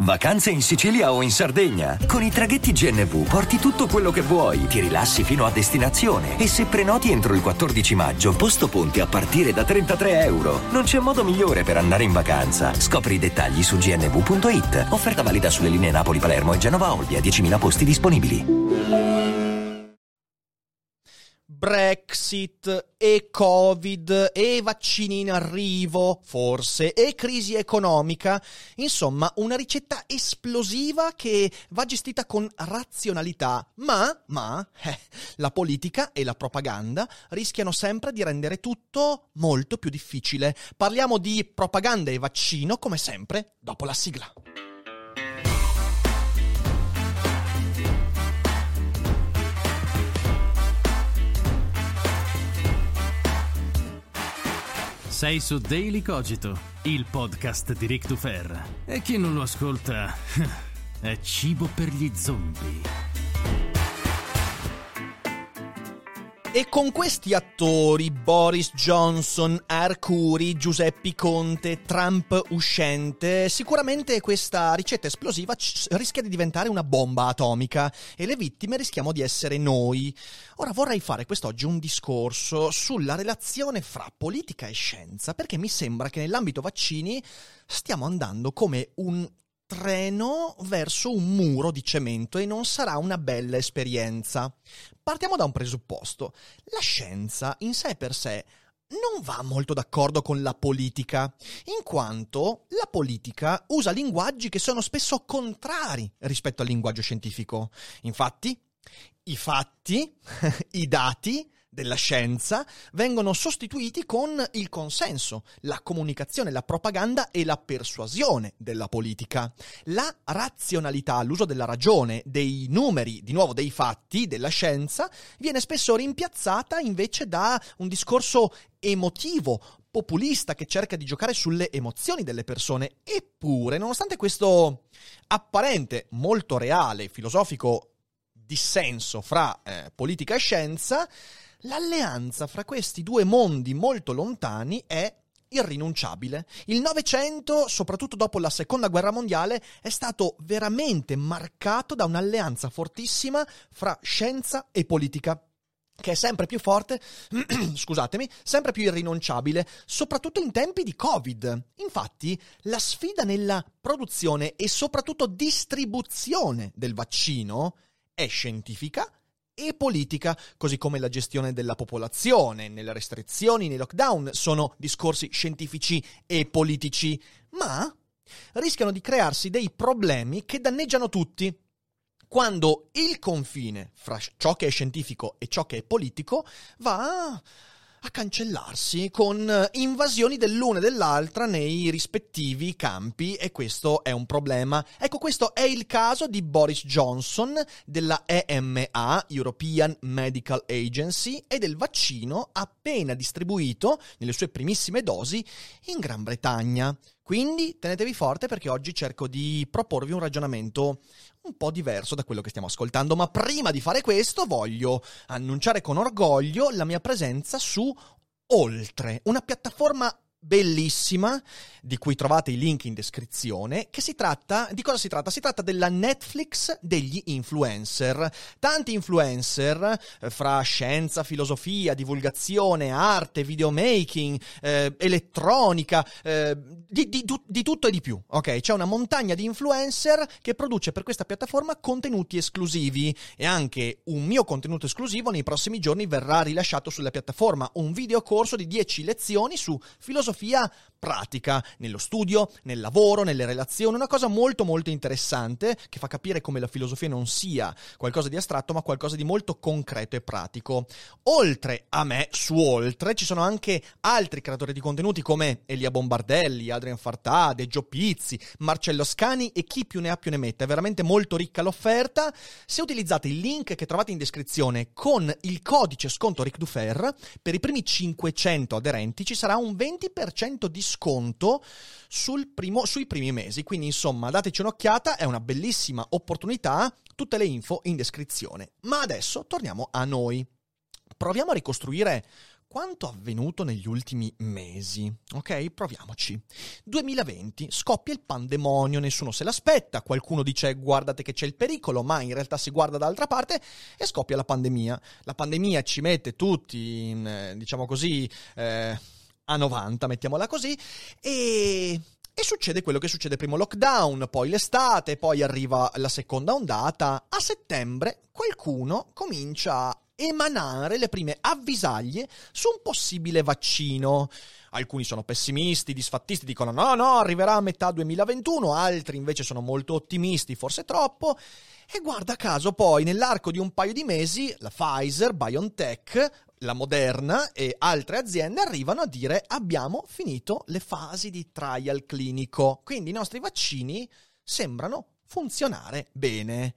Vacanze in Sicilia o in Sardegna? Con i traghetti GNV porti tutto quello che vuoi, ti rilassi fino a destinazione e se prenoti entro il 14 maggio, posto ponti a partire da €33. Non c'è modo migliore per andare in vacanza. Scopri i dettagli su gnv.it. Offerta valida sulle linee Napoli-Palermo e Genova-Olbia, 10.000 posti disponibili. Brexit e Covid e vaccini in arrivo, forse, e crisi economica. Insomma, una ricetta esplosiva che va gestita con razionalità, ma la politica e la propaganda rischiano sempre di rendere tutto molto più difficile. Parliamo di propaganda e vaccino, come sempre, dopo la sigla. Sei su Daily Cogito, il podcast di Ric Dufer. E chi non lo ascolta è cibo per gli zombie. E con questi attori, Boris Johnson, Arcuri, Giuseppe Conte, Trump uscente, sicuramente questa ricetta esplosiva rischia di diventare una bomba atomica e le vittime rischiamo di essere noi. Ora vorrei fare quest'oggi un discorso sulla relazione fra politica e scienza, perché mi sembra che nell'ambito vaccini stiamo andando come un treno verso un muro di cemento e non sarà una bella esperienza. Partiamo da un presupposto. La scienza in sé per sé non va molto d'accordo con la politica, in quanto la politica usa linguaggi che sono spesso contrari rispetto al linguaggio scientifico. Infatti, i fatti, i dati della scienza vengono sostituiti con il consenso, la comunicazione, la propaganda e la persuasione della politica. La razionalità, l'uso della ragione, dei numeri, di nuovo dei fatti, della scienza, viene spesso rimpiazzata invece da un discorso emotivo, populista, che cerca di giocare sulle emozioni delle persone. Eppure, nonostante questo apparente, molto reale, filosofico dissenso fra politica e scienza, l'alleanza fra questi due mondi molto lontani è irrinunciabile. Il Novecento, soprattutto dopo la Seconda Guerra Mondiale, è stato veramente marcato da un'alleanza fortissima fra scienza e politica, che è sempre più forte, scusatemi, sempre più irrinunciabile, soprattutto in tempi di Covid. Infatti, la sfida nella produzione e soprattutto distribuzione del vaccino è scientifica e politica, così come la gestione della popolazione, nelle restrizioni, nei lockdown, sono discorsi scientifici e politici, ma rischiano di crearsi dei problemi che danneggiano tutti. Quando il confine fra ciò che è scientifico e ciò che è politico va a cancellarsi con invasioni dell'una e dell'altra nei rispettivi campi, e questo è un problema. Ecco, questo è il caso di Boris Johnson, della EMA, European Medical Agency, e del vaccino appena distribuito nelle sue primissime dosi in Gran Bretagna. Quindi tenetevi forte, perché oggi cerco di proporvi un ragionamento un po' diverso da quello che stiamo ascoltando, ma prima di fare questo voglio annunciare con orgoglio la mia presenza su Oltre, una piattaforma bellissima di cui trovate i link in descrizione. Di cosa si tratta? Si tratta della Netflix degli influencer. Tanti influencer fra scienza, filosofia, divulgazione, arte, videomaking, elettronica, di tutto e di più. Ok, c'è una montagna di influencer che produce per questa piattaforma contenuti esclusivi, e anche un mio contenuto esclusivo nei prossimi giorni verrà rilasciato sulla piattaforma, un videocorso di 10 lezioni su filosofia pratica nello studio, nel lavoro, nelle relazioni, una cosa molto molto interessante che fa capire come la filosofia non sia qualcosa di astratto ma qualcosa di molto concreto e pratico. Oltre a me, su Oltre ci sono anche altri creatori di contenuti come Elia Bombardelli, Adrian Fartade, Gio Pizzi, Marcello Scani e chi più ne ha più ne metta. È veramente molto ricca l'offerta. Se utilizzate il link che trovate in descrizione con il codice sconto Ric Dufer, per i primi 500 aderenti ci sarà un 20% di sconto sui primi mesi. Quindi insomma, dateci un'occhiata, è una bellissima opportunità. Tutte le info in descrizione. Ma adesso torniamo a noi. Proviamo a ricostruire quanto avvenuto negli ultimi mesi. Ok, proviamoci. 2020, scoppia il pandemonio, nessuno se l'aspetta, qualcuno dice guardate che c'è il pericolo, ma in realtà si guarda dall'altra parte e scoppia la pandemia. La pandemia ci mette tutti in, diciamo così, a 90, mettiamola così, e succede quello che succede: primo lockdown, poi l'estate, poi arriva la seconda ondata. A settembre qualcuno comincia a emanare le prime avvisaglie su un possibile vaccino. Alcuni sono pessimisti, disfattisti, dicono no, arriverà a metà 2021, altri invece sono molto ottimisti, forse troppo. E guarda caso poi nell'arco di un paio di mesi la Pfizer, BioNTech, la Moderna e altre aziende arrivano a dire abbiamo finito le fasi di trial clinico, quindi i nostri vaccini sembrano funzionare bene.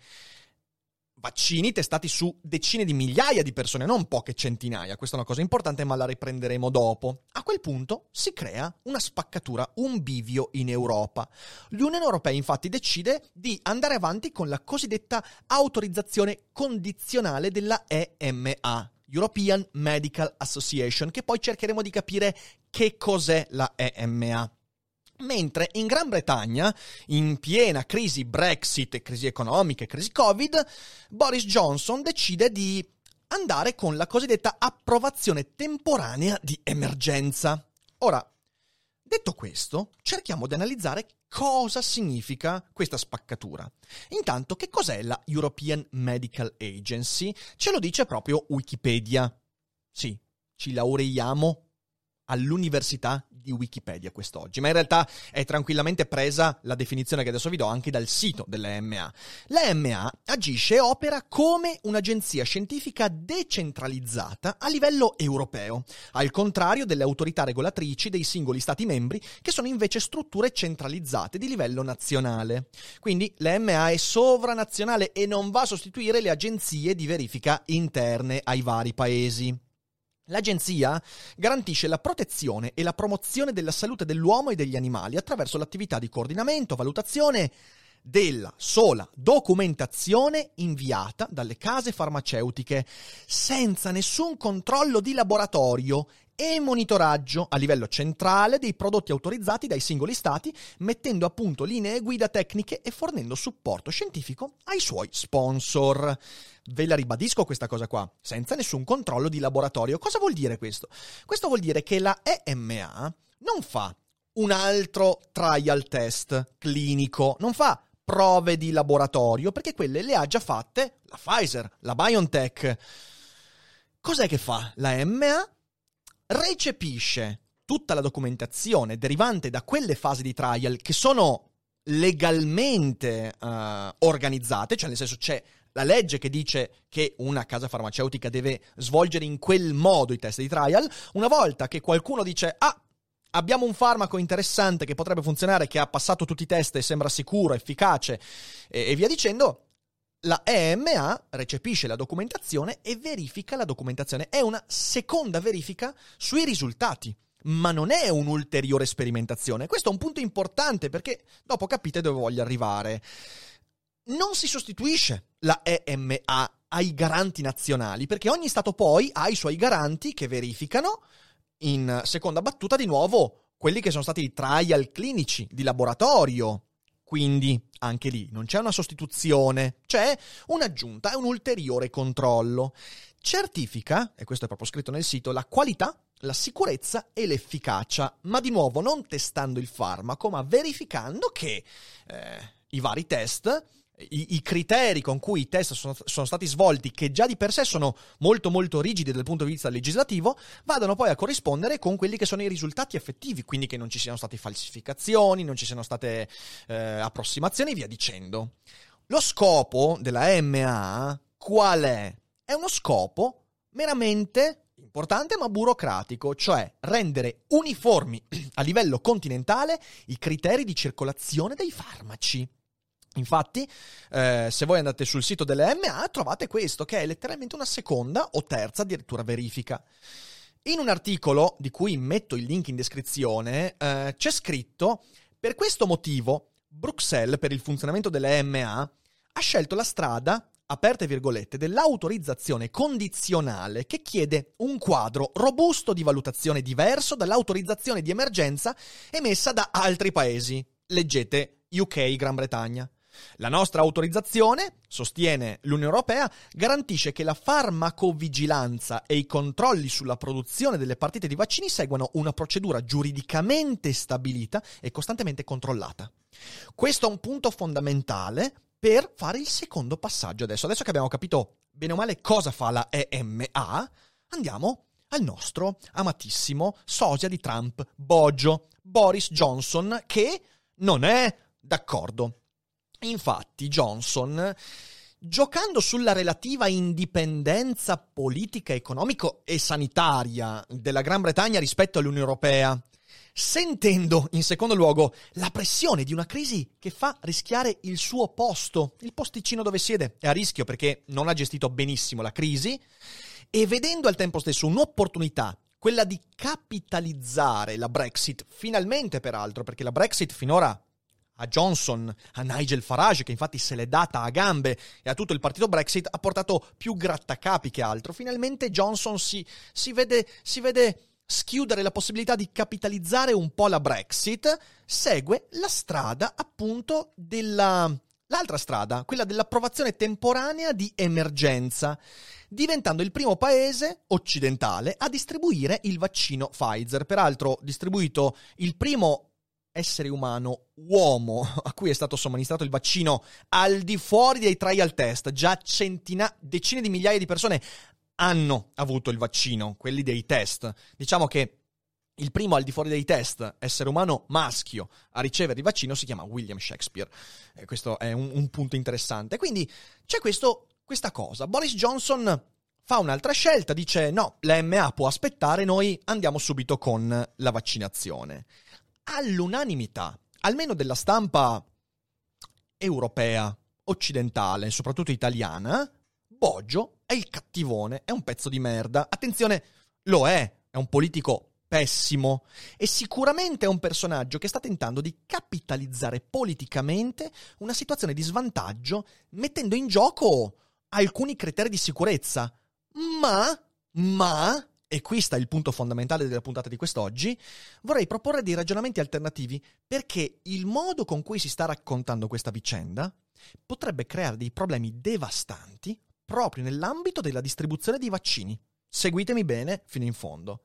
Vaccini testati su decine di migliaia di persone, non poche centinaia. Questa è una cosa importante, ma la riprenderemo dopo. A quel punto si crea una spaccatura, un bivio in Europa. L'Unione Europea infatti decide di andare avanti con la cosiddetta autorizzazione condizionale della EMA, European Medical Association, che poi cercheremo di capire che cos'è la EMA. Mentre in Gran Bretagna, in piena crisi Brexit, crisi economica e crisi Covid, Boris Johnson decide di andare con la cosiddetta approvazione temporanea di emergenza. Ora, detto questo, cerchiamo di analizzare cosa significa questa spaccatura. Intanto, che cos'è la European Medical Agency? Ce lo dice proprio Wikipedia. Sì, ci laureiamo all'università di Wikipedia quest'oggi, ma in realtà è tranquillamente presa la definizione che adesso vi do anche dal sito dell'EMA. L'EMA agisce e opera come un'agenzia scientifica decentralizzata a livello europeo, al contrario delle autorità regolatrici dei singoli stati membri, che sono invece strutture centralizzate di livello nazionale. Quindi l'EMA è sovranazionale e non va a sostituire le agenzie di verifica interne ai vari paesi. L'agenzia garantisce la protezione e la promozione della salute dell'uomo e degli animali attraverso l'attività di coordinamento, valutazione della sola documentazione inviata dalle case farmaceutiche, senza nessun controllo di laboratorio e monitoraggio a livello centrale dei prodotti autorizzati dai singoli stati, mettendo a punto linee guida tecniche e fornendo supporto scientifico ai suoi sponsor. Ve la ribadisco questa cosa qua, senza nessun controllo di laboratorio. Cosa vuol dire questo? Questo vuol dire che la EMA non fa un altro trial test clinico, non fa prove di laboratorio, perché quelle le ha già fatte la Pfizer, la BioNTech. Cos'è che fa la EMA? Recepisce tutta la documentazione derivante da quelle fasi di trial che sono legalmente organizzate, cioè nel senso c'è la legge che dice che una casa farmaceutica deve svolgere in quel modo i test di trial. Una volta che qualcuno dice abbiamo un farmaco interessante che potrebbe funzionare, che ha passato tutti i test e sembra sicuro, efficace e via dicendo, la EMA recepisce la documentazione e verifica la documentazione. È una seconda verifica sui risultati, ma non è un'ulteriore sperimentazione. Questo è un punto importante perché dopo capite dove voglio arrivare. Non si sostituisce la EMA ai garanti nazionali, perché ogni Stato poi ha i suoi garanti che verificano in seconda battuta di nuovo quelli che sono stati i trial clinici di laboratorio. Quindi anche lì non c'è una sostituzione, c'è un'aggiunta, è un ulteriore controllo. Certifica, e questo è proprio scritto nel sito, la qualità, la sicurezza e l'efficacia, ma di nuovo non testando il farmaco, ma verificando che i vari test, i criteri con cui i test sono stati svolti, che già di per sé sono molto molto rigidi dal punto di vista legislativo, vadano poi a corrispondere con quelli che sono i risultati effettivi, quindi che non ci siano state falsificazioni, non ci siano state approssimazioni, via dicendo. Lo scopo della EMA qual è? È uno scopo meramente importante ma burocratico, cioè rendere uniformi a livello continentale i criteri di circolazione dei farmaci. Infatti, se voi andate sul sito dell'EMA trovate questo, che è letteralmente una seconda o terza addirittura verifica. In un articolo, di cui metto il link in descrizione, c'è scritto: per questo motivo Bruxelles, per il funzionamento dell'EMA, ha scelto la strada aperte virgolette, dell'autorizzazione condizionale che chiede un quadro robusto di valutazione diverso dall'autorizzazione di emergenza emessa da altri paesi. Leggete UK, Gran Bretagna. La nostra autorizzazione, sostiene l'Unione Europea, garantisce che la farmacovigilanza e i controlli sulla produzione delle partite di vaccini seguano una procedura giuridicamente stabilita e costantemente controllata. Questo è un punto fondamentale per fare il secondo passaggio adesso. Adesso che abbiamo capito bene o male cosa fa la EMA, andiamo al nostro amatissimo sosia di Trump, Bojo, Boris Johnson, che non è d'accordo. Infatti Johnson, giocando sulla relativa indipendenza politica, economico e sanitaria della Gran Bretagna rispetto all'Unione Europea, sentendo in secondo luogo la pressione di una crisi che fa rischiare il suo posto, il posticino dove siede, è a rischio perché non ha gestito benissimo la crisi, e vedendo al tempo stesso un'opportunità, quella di capitalizzare la Brexit, finalmente peraltro, perché la Brexit finora a Johnson, a Nigel Farage, che infatti se l'è data a gambe, e a tutto il partito Brexit ha portato più grattacapi che altro. Finalmente Johnson si vede schiudere la possibilità di capitalizzare un po' la Brexit, segue la strada appunto l'altra strada, quella dell'approvazione temporanea di emergenza, diventando il primo paese occidentale a distribuire il vaccino Pfizer, peraltro distribuito il primo essere umano, uomo, a cui è stato somministrato il vaccino al di fuori dei trial test. Già decine di migliaia di persone hanno avuto il vaccino, quelli dei test. Diciamo che il primo al di fuori dei test, essere umano maschio, a ricevere il vaccino si chiama William Shakespeare. Questo è un punto interessante. Quindi c'è questa cosa. Boris Johnson fa un'altra scelta, dice no, l'EMA può aspettare, noi andiamo subito con la vaccinazione. All'unanimità, almeno della stampa europea, occidentale, soprattutto italiana, Bojo è il cattivone, è un pezzo di merda. Attenzione, lo è un politico pessimo e sicuramente è un personaggio che sta tentando di capitalizzare politicamente una situazione di svantaggio, mettendo in gioco alcuni criteri di sicurezza. Ma, e qui sta il punto fondamentale della puntata di quest'oggi, vorrei proporre dei ragionamenti alternativi perché il modo con cui si sta raccontando questa vicenda potrebbe creare dei problemi devastanti proprio nell'ambito della distribuzione di vaccini. Seguitemi bene fino in fondo.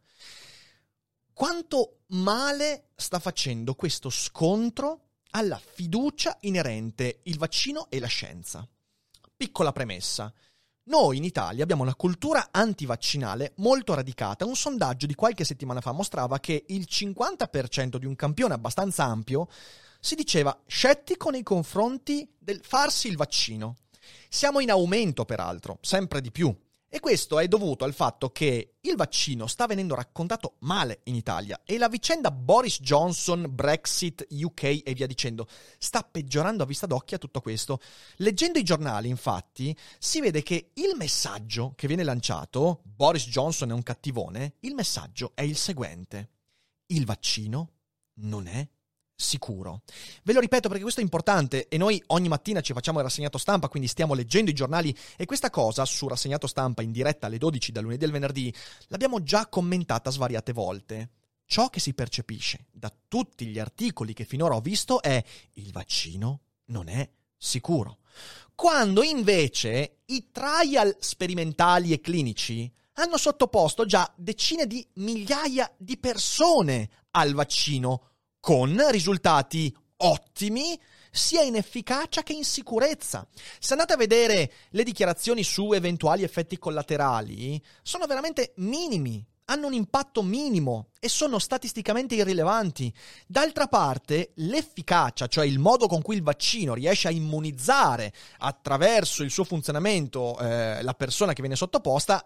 Quanto male sta facendo questo scontro alla fiducia inerente il vaccino e la scienza? Piccola premessa. Noi in Italia abbiamo una cultura antivaccinale molto radicata. Un sondaggio di qualche settimana fa mostrava che il 50% di un campione abbastanza ampio si diceva scettico nei confronti del farsi il vaccino. Siamo in aumento, peraltro, sempre di più. E questo è dovuto al fatto che il vaccino sta venendo raccontato male in Italia e la vicenda Boris Johnson, Brexit, UK e via dicendo sta peggiorando a vista d'occhio a tutto questo. Leggendo i giornali, infatti, si vede che il messaggio che viene lanciato, Boris Johnson è un cattivone, il messaggio è il seguente: il vaccino non è sicuro. Ve lo ripeto perché questo è importante e noi ogni mattina ci facciamo il rassegnato stampa, quindi stiamo leggendo i giornali e questa cosa su rassegnato stampa in diretta alle 12 dal lunedì al venerdì l'abbiamo già commentata svariate volte. Ciò che si percepisce da tutti gli articoli che finora ho visto è il vaccino non è sicuro. Quando invece i trial sperimentali e clinici hanno sottoposto già decine di migliaia di persone al vaccino con risultati ottimi sia in efficacia che in sicurezza. Se andate a vedere le dichiarazioni su eventuali effetti collaterali, sono veramente minimi, hanno un impatto minimo e sono statisticamente irrilevanti. D'altra parte, l'efficacia, cioè il modo con cui il vaccino riesce a immunizzare attraverso il suo funzionamento la persona che viene sottoposta, ha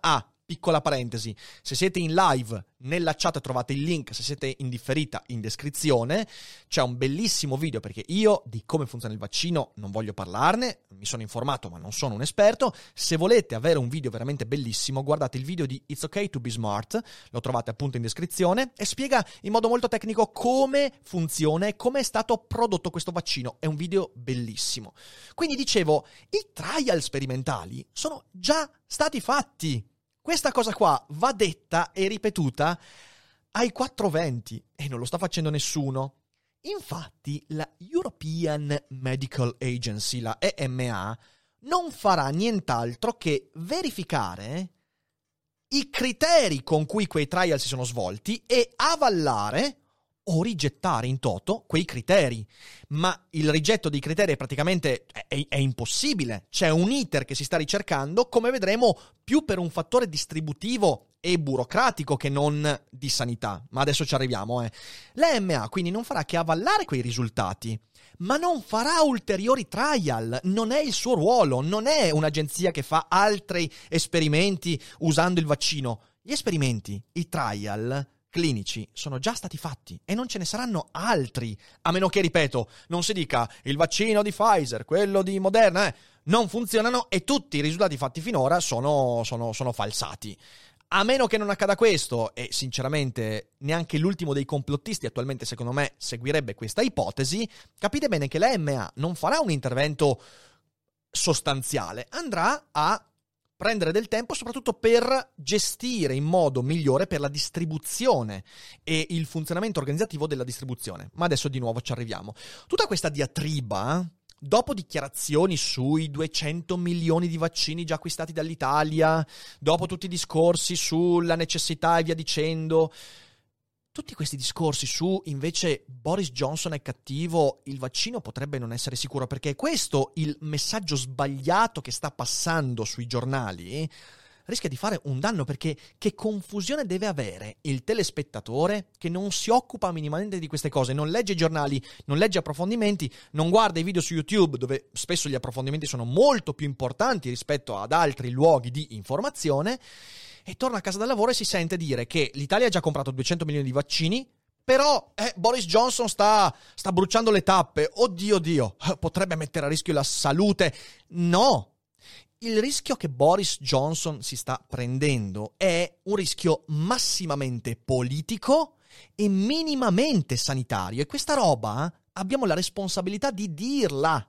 piccola parentesi, se siete in live nella chat trovate il link, se siete in differita in descrizione, c'è un bellissimo video, perché io di come funziona il vaccino non voglio parlarne, mi sono informato ma non sono un esperto. Se volete avere un video veramente bellissimo, guardate il video di It's Okay to be Smart, lo trovate appunto in descrizione, e spiega in modo molto tecnico come funziona e come è stato prodotto questo vaccino. È un video bellissimo. Quindi dicevo, i trial sperimentali sono già stati fatti. Questa cosa qua va detta e ripetuta ai 420 e non lo sta facendo nessuno. Infatti la European Medical Agency, la EMA, non farà nient'altro che verificare i criteri con cui quei trial si sono svolti e avallare o rigettare in toto quei criteri. Ma il rigetto dei criteri è praticamente è impossibile. C'è un iter che si sta ricercando, come vedremo, più per un fattore distributivo e burocratico che non di sanità. Ma adesso ci arriviamo. L'EMA quindi non farà che avallare quei risultati, ma non farà ulteriori trial. Non è il suo ruolo, non è un'agenzia che fa altri esperimenti usando il vaccino. Gli esperimenti, i trial clinici sono già stati fatti e non ce ne saranno altri, a meno che, ripeto, non si dica il vaccino di Pfizer, quello di Moderna, non funzionano e tutti i risultati fatti finora sono falsati. A meno che non accada questo, e sinceramente neanche l'ultimo dei complottisti attualmente secondo me seguirebbe questa ipotesi, capite bene che l'EMA non farà un intervento sostanziale, andrà a prendere del tempo soprattutto per gestire in modo migliore per la distribuzione e il funzionamento organizzativo della distribuzione. Ma adesso di nuovo ci arriviamo. Tutta questa diatriba, dopo dichiarazioni sui 200 milioni di vaccini già acquistati dall'Italia, dopo tutti i discorsi sulla necessità e via dicendo, tutti questi discorsi su invece Boris Johnson è cattivo, il vaccino potrebbe non essere sicuro, perché è questo il messaggio sbagliato che sta passando sui giornali, rischia di fare un danno, perché che confusione deve avere il telespettatore che non si occupa minimamente di queste cose, non legge i giornali, non legge approfondimenti, non guarda i video su YouTube dove spesso gli approfondimenti sono molto più importanti rispetto ad altri luoghi di informazione, e torna a casa dal lavoro e si sente dire che l'Italia ha già comprato 200 milioni di vaccini, però Boris Johnson sta bruciando le tappe. Oddio, potrebbe mettere a rischio la salute. No! Il rischio che Boris Johnson si sta prendendo è un rischio massimamente politico e minimamente sanitario. E questa roba abbiamo la responsabilità di dirla.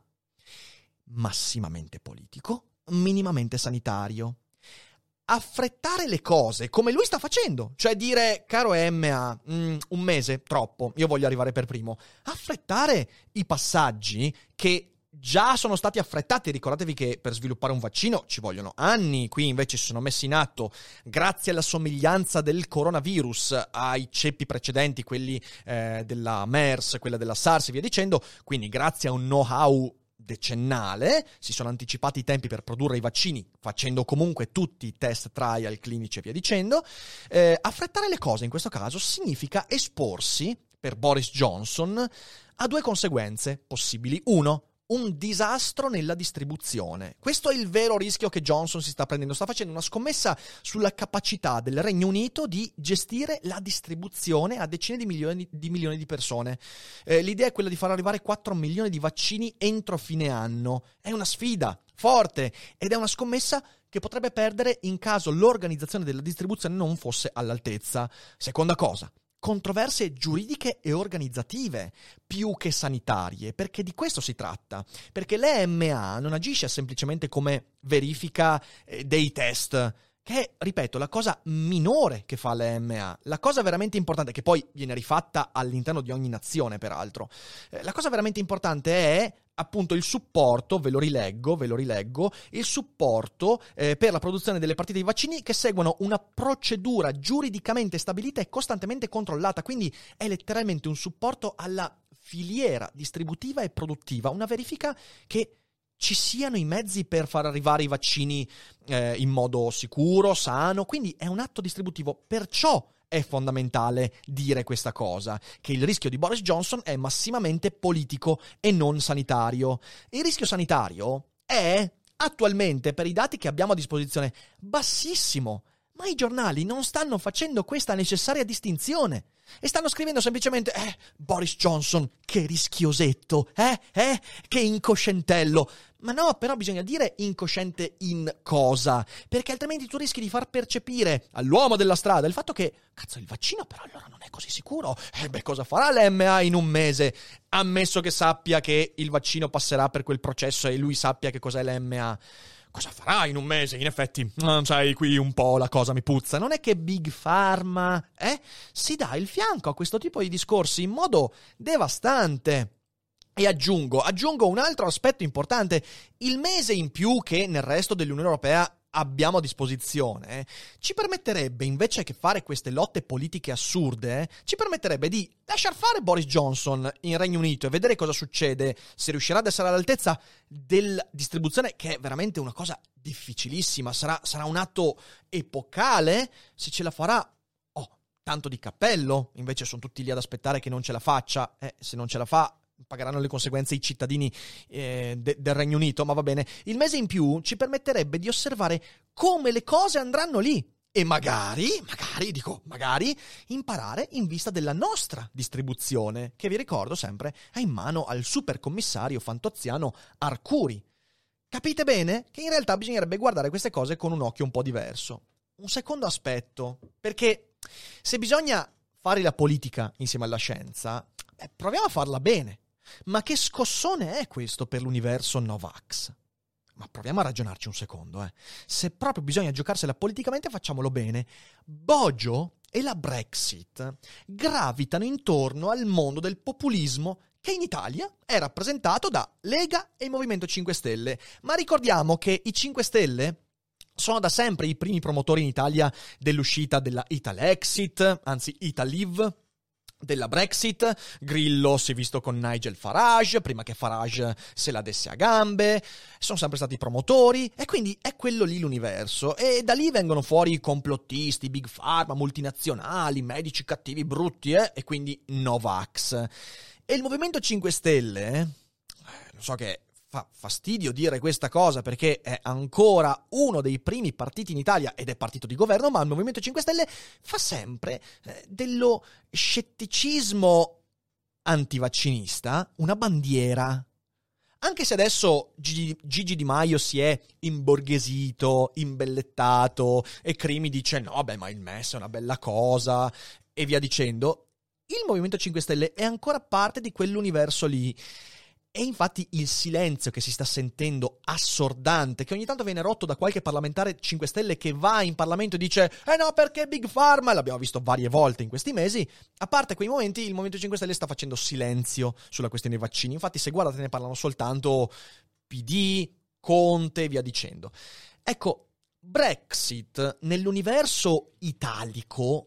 Massimamente politico, minimamente sanitario. Affrettare le cose come lui sta facendo, cioè dire caro EMA, un mese troppo, io voglio arrivare per primo. Affrettare i passaggi che già sono stati affrettati. Ricordatevi che per sviluppare un vaccino ci vogliono anni, qui invece si sono messi in atto, grazie alla somiglianza del coronavirus ai ceppi precedenti, quelli della MERS, quella della SARS e via dicendo, quindi grazie a un know-how decennale si sono anticipati i tempi per produrre i vaccini, facendo comunque tutti i test trial clinici e via dicendo. Affrettare le cose in questo caso significa esporsi, per Boris Johnson, a due conseguenze possibili. Uno, un disastro nella distribuzione. Questo è il vero rischio che Johnson si sta prendendo. Sta facendo una scommessa sulla capacità del Regno Unito di gestire la distribuzione a decine di milioni di persone. L'idea è quella di far arrivare 4 milioni di vaccini entro fine anno. È una sfida forte ed è una scommessa che potrebbe perdere in caso l'organizzazione della distribuzione non fosse all'altezza. Seconda cosa, controversie giuridiche e organizzative più che sanitarie, perché di questo si tratta, perché l'EMA non agisce semplicemente come verifica dei test, che è, ripeto, la cosa minore che fa l'EMA. La cosa veramente importante, che poi viene rifatta all'interno di ogni nazione peraltro, la cosa veramente importante è appunto il supporto, ve lo rileggo, il supporto per la produzione delle partite di vaccini che seguono una procedura giuridicamente stabilita e costantemente controllata, quindi è letteralmente un supporto alla filiera distributiva e produttiva, una verifica che ci siano i mezzi per far arrivare i vaccini in modo sicuro, sano, quindi è un atto distributivo, perciò è fondamentale dire questa cosa, che il rischio di Boris Johnson è massimamente politico e non sanitario. Il rischio sanitario è attualmente, per i dati che abbiamo a disposizione, bassissimo, Ma i giornali non stanno facendo questa necessaria distinzione e stanno scrivendo semplicemente Boris Johnson, che rischiosetto, che incoscientello. Ma no, però bisogna dire incosciente in cosa? Perché altrimenti tu rischi di far percepire all'uomo della strada il fatto che, cazzo, il vaccino però allora non è così sicuro. Cosa farà l'EMA in un mese? Ammesso che sappia che il vaccino passerà per quel processo e lui sappia che cos'è l'EMA. Cosa farà in un mese? In effetti, sai, qui un po' la cosa mi puzza. Non è che Big Pharma, si dà il fianco a questo tipo di discorsi in modo devastante. E aggiungo un altro aspetto importante. Il mese in più che nel resto dell'Unione Europea abbiamo a disposizione ci permetterebbe, invece che fare queste lotte politiche assurde, ci permetterebbe di lasciar fare Boris Johnson in Regno Unito e vedere cosa succede, se riuscirà ad essere all'altezza della distribuzione, che è veramente una cosa difficilissima. Sarà un atto epocale. Se ce la farà, tanto di cappello. Invece sono tutti lì ad aspettare che non ce la faccia. Se non ce la fa, pagheranno le conseguenze i cittadini del Regno Unito, ma va bene. Il mese in più ci permetterebbe di osservare come le cose andranno lì e magari, imparare in vista della nostra distribuzione, che vi ricordo sempre è in mano al supercommissario fantoziano Arcuri. Capite bene che in realtà bisognerebbe guardare queste cose con un occhio un po' diverso. Un secondo aspetto, perché se bisogna fare la politica insieme alla scienza, proviamo a farla bene. Ma che scossone è questo per l'universo Novax? Ma proviamo a ragionarci un secondo, Se proprio bisogna giocarsela politicamente, facciamolo bene. Bojo e la Brexit gravitano intorno al mondo del populismo, che in Italia è rappresentato da Lega e Movimento 5 Stelle. Ma ricordiamo che i 5 Stelle sono da sempre i primi promotori in Italia dell'uscita della Italexit, anzi Italiv, della Brexit. Grillo si è visto con Nigel Farage, prima che Farage se la desse a gambe. Sono sempre stati promotori e quindi è quello lì l'universo. E da lì vengono fuori i complottisti, Big Pharma, multinazionali, medici cattivi, brutti, e quindi Novax. E il Movimento 5 Stelle, lo so che fa fastidio dire questa cosa perché è ancora uno dei primi partiti in Italia ed è partito di governo, ma il Movimento 5 Stelle fa sempre dello scetticismo antivaccinista una bandiera. Anche se adesso Gigi Di Maio si è imborghesito, imbellettato e Crimi dice no, ma il MES è una bella cosa e via dicendo, il Movimento 5 Stelle è ancora parte di quell'universo lì. E infatti il silenzio che si sta sentendo assordante, che ogni tanto viene rotto da qualche parlamentare 5 Stelle che va in Parlamento e dice no, perché Big Pharma, l'abbiamo visto varie volte in questi mesi, a parte quei momenti il Movimento 5 Stelle sta facendo silenzio sulla questione dei vaccini. Infatti se guardate ne parlano soltanto PD, Conte e via dicendo. Ecco, Brexit nell'universo italico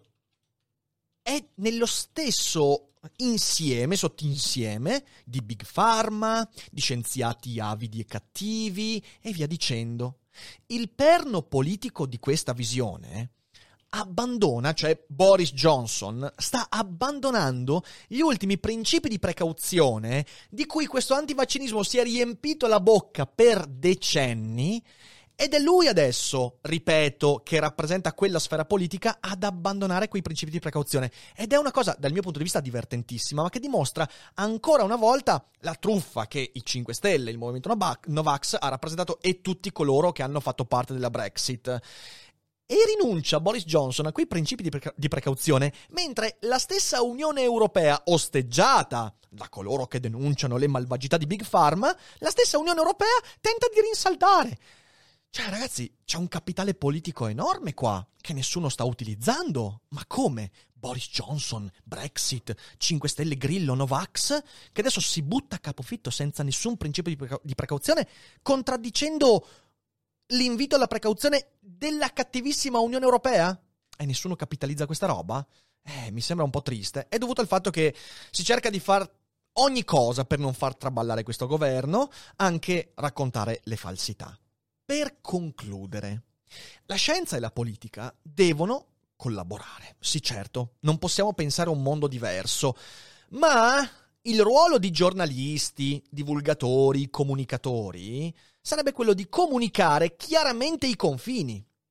è nello stesso sottinsieme di Big Pharma, di scienziati avidi e cattivi e via dicendo. Il perno politico di questa visione abbandona, cioè Boris Johnson sta abbandonando gli ultimi principi di precauzione di cui questo antivaccinismo si è riempito la bocca per decenni. Ed è lui adesso, ripeto, che rappresenta quella sfera politica ad abbandonare quei principi di precauzione. Ed è una cosa, dal mio punto di vista, divertentissima, ma che dimostra ancora una volta la truffa che i 5 Stelle, il movimento Novax, ha rappresentato e tutti coloro che hanno fatto parte della Brexit. E rinuncia Boris Johnson a quei principi di precauzione, mentre la stessa Unione Europea, osteggiata da coloro che denunciano le malvagità di Big Pharma, la stessa Unione Europea tenta di rinsaldare. Cioè, ragazzi, c'è un capitale politico enorme qua, che nessuno sta utilizzando. Ma come? Boris Johnson, Brexit, 5 Stelle, Grillo, Novax, che adesso si butta a capofitto senza nessun principio di precauzione, contraddicendo l'invito alla precauzione della cattivissima Unione Europea? E nessuno capitalizza questa roba? Mi sembra un po' triste. È dovuto al fatto che si cerca di far ogni cosa per non far traballare questo governo, anche raccontare le falsità. Per concludere, la scienza e la politica devono collaborare. Sì, certo, non possiamo pensare a un mondo diverso, ma il ruolo di giornalisti, divulgatori, comunicatori sarebbe quello di comunicare chiaramente i confini.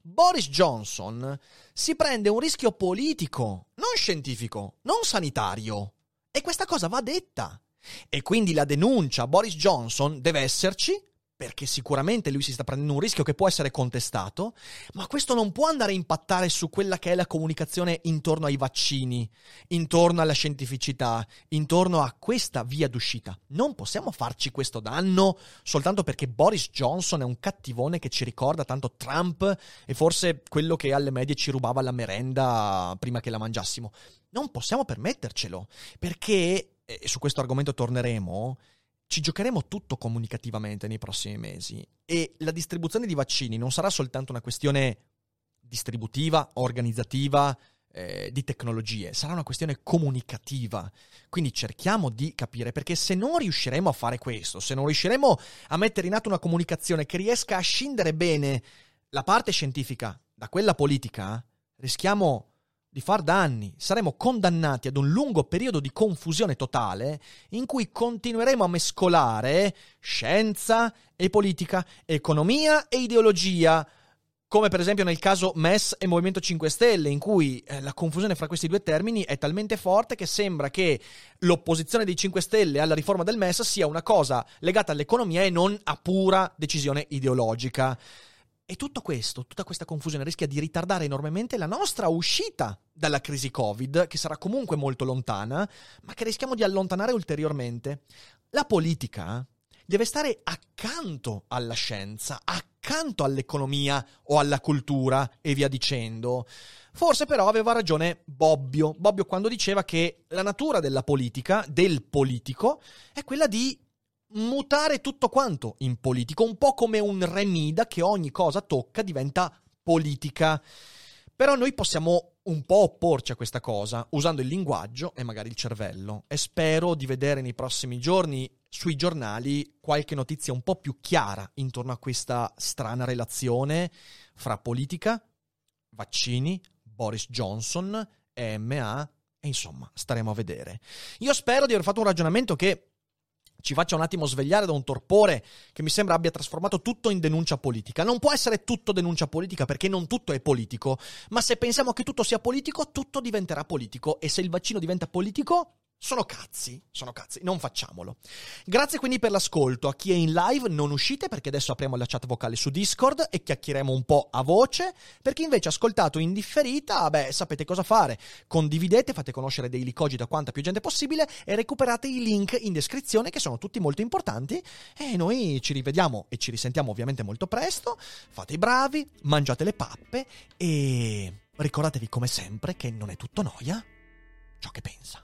Boris Johnson si prende un rischio politico, non scientifico, non sanitario. E questa cosa va detta. E quindi la denuncia a Boris Johnson deve esserci, perché sicuramente lui si sta prendendo un rischio che può essere contestato, ma questo non può andare a impattare su quella che è la comunicazione intorno ai vaccini, intorno alla scientificità, intorno a questa via d'uscita. Non possiamo farci questo danno soltanto perché Boris Johnson è un cattivone che ci ricorda tanto Trump e forse quello che alle medie ci rubava la merenda prima che la mangiassimo. Non possiamo permettercelo, perché, e su questo argomento torneremo, ci giocheremo tutto comunicativamente nei prossimi mesi e la distribuzione di vaccini non sarà soltanto una questione distributiva, organizzativa, di tecnologie, sarà una questione comunicativa. Quindi cerchiamo di capire, perché se non riusciremo a fare questo, se non riusciremo a mettere in atto una comunicazione che riesca a scindere bene la parte scientifica da quella politica, rischiamo di far danni, saremo condannati ad un lungo periodo di confusione totale in cui continueremo a mescolare scienza e politica, economia e ideologia, come per esempio nel caso MES e Movimento 5 Stelle, in cui la confusione fra questi due termini è talmente forte che sembra che l'opposizione dei 5 Stelle alla riforma del MES sia una cosa legata all'economia e non a pura decisione ideologica. E tutto questo, tutta questa confusione rischia di ritardare enormemente la nostra uscita dalla crisi Covid, che sarà comunque molto lontana, ma che rischiamo di allontanare ulteriormente. La politica deve stare accanto alla scienza, accanto all'economia o alla cultura e via dicendo. Forse però aveva ragione Bobbio quando diceva che la natura della politica, del politico, è quella di mutare tutto quanto in politico, un po' come un re Mida che ogni cosa tocca diventa politica. Però noi possiamo un po' opporci a questa cosa usando il linguaggio e magari il cervello, e spero di vedere nei prossimi giorni sui giornali qualche notizia un po' più chiara intorno a questa strana relazione fra politica, vaccini, Boris Johnson, EMA e insomma staremo a vedere. Io spero di aver fatto un ragionamento che ci faccia un attimo svegliare da un torpore che mi sembra abbia trasformato tutto in denuncia politica. Non può essere tutto denuncia politica perché non tutto è politico, ma se pensiamo che tutto sia politico, tutto diventerà politico, e se il vaccino diventa politico, sono cazzi, non facciamolo. Grazie quindi per l'ascolto. A chi è in live non uscite, perché adesso apriamo la chat vocale su Discord e chiacchieremo un po' a voce. Per chi invece ha ascoltato in differita, sapete cosa fare. Condividete, fate conoscere Daily Cogito a quanta più gente possibile e recuperate i link in descrizione, che sono tutti molto importanti, e noi ci rivediamo e ci risentiamo ovviamente molto presto. Fate i bravi, mangiate le pappe e ricordatevi come sempre che non è tutto noia ciò che pensa.